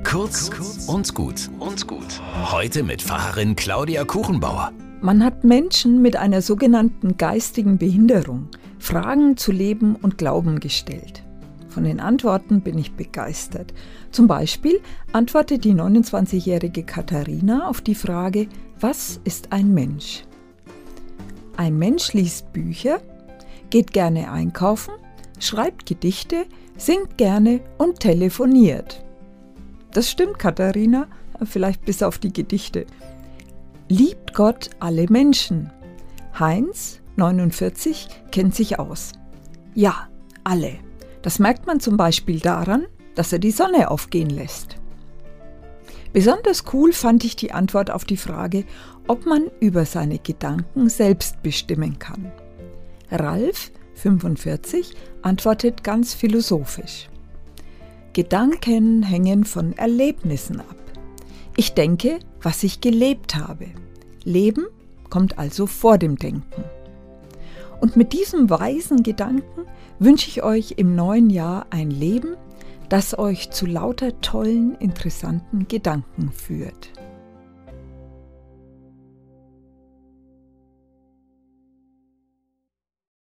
Kurz und gut. Heute mit Pfarrerin Claudia Kuchenbauer. Man hat Menschen mit einer sogenannten geistigen Behinderung Fragen zu Leben und Glauben gestellt. Von den Antworten bin ich begeistert. Zum Beispiel antwortet die 29-jährige Katharina auf die Frage: Was ist ein Mensch? Ein Mensch liest Bücher, geht gerne einkaufen, schreibt Gedichte, singt gerne und telefoniert. Das stimmt, Katharina, vielleicht bis auf die Gedichte. Liebt Gott alle Menschen? Heinz, 49, kennt sich aus. Ja, alle. Das merkt man zum Beispiel daran, dass er die Sonne aufgehen lässt. Besonders cool fand ich die Antwort auf die Frage, ob man über seine Gedanken selbst bestimmen kann. Ralf, 45, antwortet ganz philosophisch. Gedanken hängen von Erlebnissen ab. Ich denke, was ich gelebt habe. Leben kommt also vor dem Denken. Und mit diesem weisen Gedanken wünsche ich euch im neuen Jahr ein Leben, das euch zu lauter tollen, interessanten Gedanken führt.